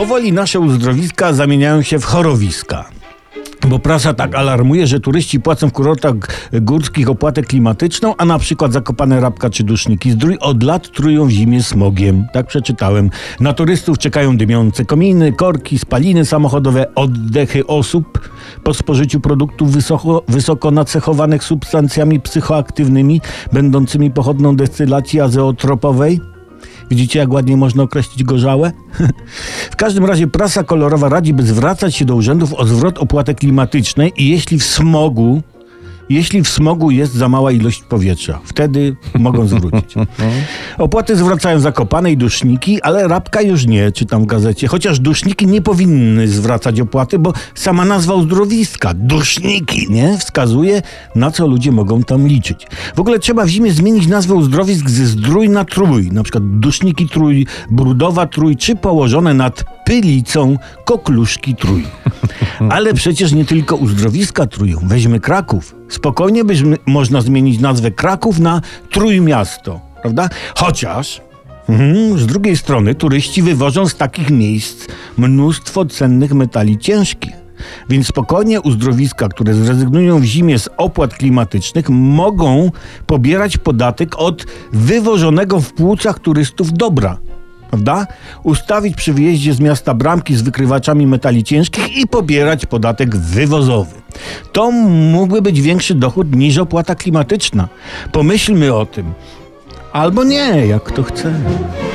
Powoli nasze uzdrowiska zamieniają się w chorowiska. Bo prasa tak alarmuje, że turyści płacą w kurortach górskich opłatę klimatyczną, a na przykład Zakopane, Rabka czy Duszniki Zdrój od lat trują w zimie smogiem. Tak przeczytałem. Na turystów czekają dymiące kominy, korki, spaliny samochodowe, oddechy osób po spożyciu produktów wysoko nacechowanych substancjami psychoaktywnymi, będącymi pochodną destylacji azeotropowej. Widzicie, jak ładnie można określić gorzałe? W każdym razie prasa kolorowa radzi, by zwracać się do urzędów o zwrot opłaty klimatycznej i jeśli w smogu jest za mała ilość powietrza, wtedy mogą zwrócić. Opłaty zwracają Zakopane i Duszniki, ale Rabka już nie, czytam w gazecie. Chociaż Duszniki nie powinny zwracać opłaty, bo sama nazwa uzdrowiska, Duszniki, nie? Wskazuje, na co ludzie mogą tam liczyć. W ogóle trzeba w zimie zmienić nazwę uzdrowisk ze Zdrój na Trój. Na przykład Duszniki Trój, Brudowa Trój, czy położone nad Pylicą Kokluszki Trój. Ale przecież nie tylko uzdrowiska trują. Weźmy Kraków. Spokojnie można zmienić nazwę Kraków na Trójmiasto, prawda? Chociaż z drugiej strony turyści wywożą z takich miejsc mnóstwo cennych metali ciężkich. Więc spokojnie uzdrowiska, które zrezygnują w zimie z opłat klimatycznych, mogą pobierać podatek od wywożonego w płucach turystów dobra. Prawda? Ustawić przy wyjeździe z miasta bramki z wykrywaczami metali ciężkich i pobierać podatek wywozowy. To mógłby być większy dochód niż opłata klimatyczna. Pomyślmy o tym. Albo nie, jak kto chce.